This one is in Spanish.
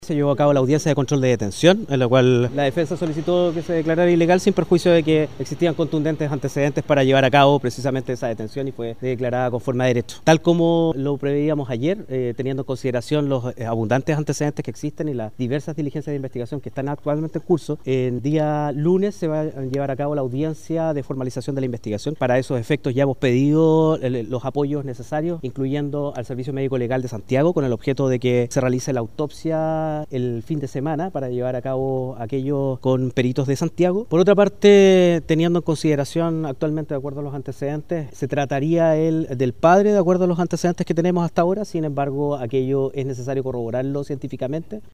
Se llevó a cabo la audiencia de control de detención, en la cual la defensa solicitó que se declarara ilegal sin perjuicio de que existían contundentes antecedentes para llevar a cabo precisamente esa detención y fue declarada conforme a derecho. Tal como lo preveíamos ayer, teniendo en consideración los abundantes antecedentes que existen y las diversas diligencias de investigación que están actualmente en curso, el día lunes se va a llevar a cabo la audiencia de formalización de la investigación. Para esos efectos ya hemos pedido los apoyos necesarios, incluyendo al Servicio Médico Legal de Santiago, con el objeto de que se realice la autopsia el fin de semana para llevar a cabo aquello con peritos de Santiago. Por otra parte, teniendo en consideración actualmente, de acuerdo a los antecedentes, se trataría del padre de acuerdo a los antecedentes que tenemos hasta ahora. Sin embargo, aquello es necesario corroborarlo científicamente.